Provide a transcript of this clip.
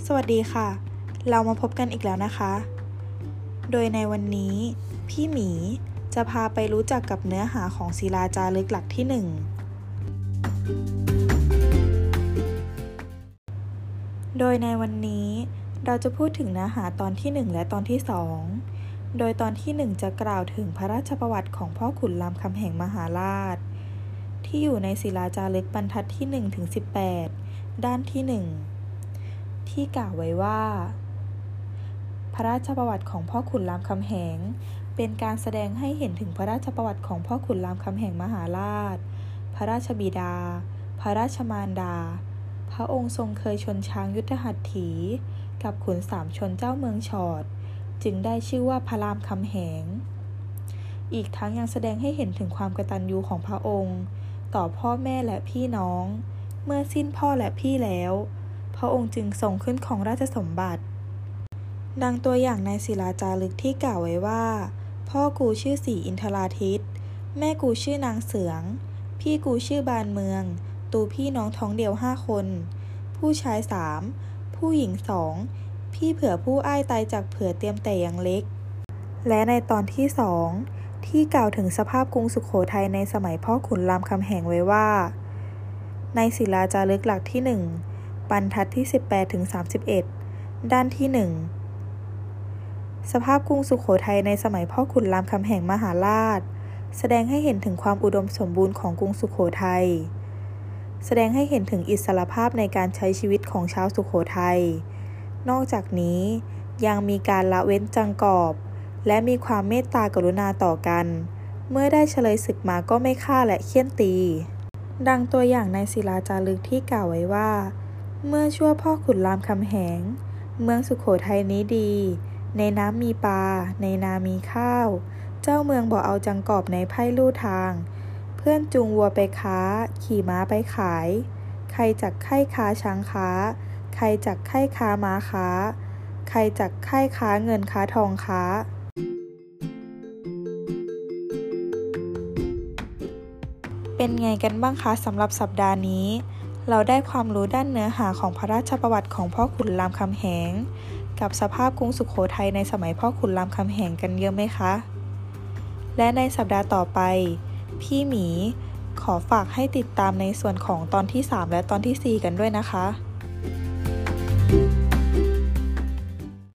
สวัสดีค่ะ เรามาพบกันอีกแล้วนะคะ โดยในวันนี้พี่หมีจะพาไปรู้จักกับเนื้อหาของศิลาจารึกหลักที่ 1 โดยในวันนี้เราจะพูดถึงเนื้อหาตอนที่ 1 และตอนที่ 2 โดยตอนที่ 1 จะกล่าวถึงพระราชประวัติของพ่อขุนรามคำแหงมหาราชที่อยู่ในศิลาจารึกบรรทัดที่ 1-18 ด้านที่ 1ที่กล่าวไว้ว่าพระราชประวัติของพ่อขุนรามคำแหงเป็นการแสดงให้เห็นถึงพระราชประวัติของพ่อขุนรามคำแหงมหาราชพระราชบิดาพระราชมารดาพระองค์ทรงเคยชนช้างยุทธหัตถีกับขุนสามชนเจ้าเมืองฉอดจึงได้ชื่อว่าพระรามคำแหงอีกทั้งยังแสดงให้เห็นถึงความกตัญญูของพระองค์ต่อพ่อแม่และพี่น้องเมื่อสิ้นพ่อและพี่แล้วพระองค์จึงทรงขึ้นครองราชสมบัติดังตัวอย่างในศิลาจารึกที่กล่าวไว้ว่าพ่อกูชื่อศรีอินทราทิตแม่กูชื่อนางเสืองพี่กูชื่อบานเมืองตูพี่น้องท้องเดียว5 คนผู้ชาย3ผู้หญิง2พี่เผื่อผู้อ้ายตายจากเผื่อเตรียมแต่ยังเล็กและในตอนที่2ที่กล่าวถึงสภาพกรุงสุโขทัยในสมัยพ่อขุนรามคำแหงไว้ว่าในศิลาจารึกหลักที่1บรรทัดที่ 18-31 ด้านที่ 1 สภาพกรุงสุโขทัยในสมัยพ่อขุนรามคำแหงมหาราชแสดงให้เห็นถึงความอุดมสมบูรณ์ของกรุงสุโขทัยแสดงให้เห็นถึงอิสรภาพในการใช้ชีวิตของชาวสุโขทัยนอกจากนี้ยังมีการละเว้นจางกอบและมีความเมตตากรุณาต่อกันเมื่อได้เฉลยศึกมาก็ไม่ฆ่าและเฆี่ยนตีดังตัวอย่างในศิลาจารึกที่กล่าวไว้ว่าเมื่อชั่วพ่อขุนรามคำแหงเมืองสุโขทัยนี้ดีในน้ำมีปลาในนามีข้าวเจ้าเมืองบ่เอาจังกอบในไพ่ลู่ทางเพื่อนจูงวัวไปค้าขี่ม้าไปขายใครจักไข้ค้าช้างค้าใครจักไข้ค้าม้าค้าใครจักไข้ค้าเงินค้าทองค้าเป็นไงกันบ้างคะสำหรับสัปดาห์นี้เราได้ความรู้ด้านเนื้อหาของพระราชประวัติของพ่อขุนรามคำแหงกับสภาพกรุงสุโขทัยในสมัยพ่อขุนรามคำแหงกันเยอะไหมคะและในสัปดาห์ต่อไปพี่หมีขอฝากให้ติดตามในส่วนของตอนที่ 3 และตอนที่ 4 กันด้วยนะคะ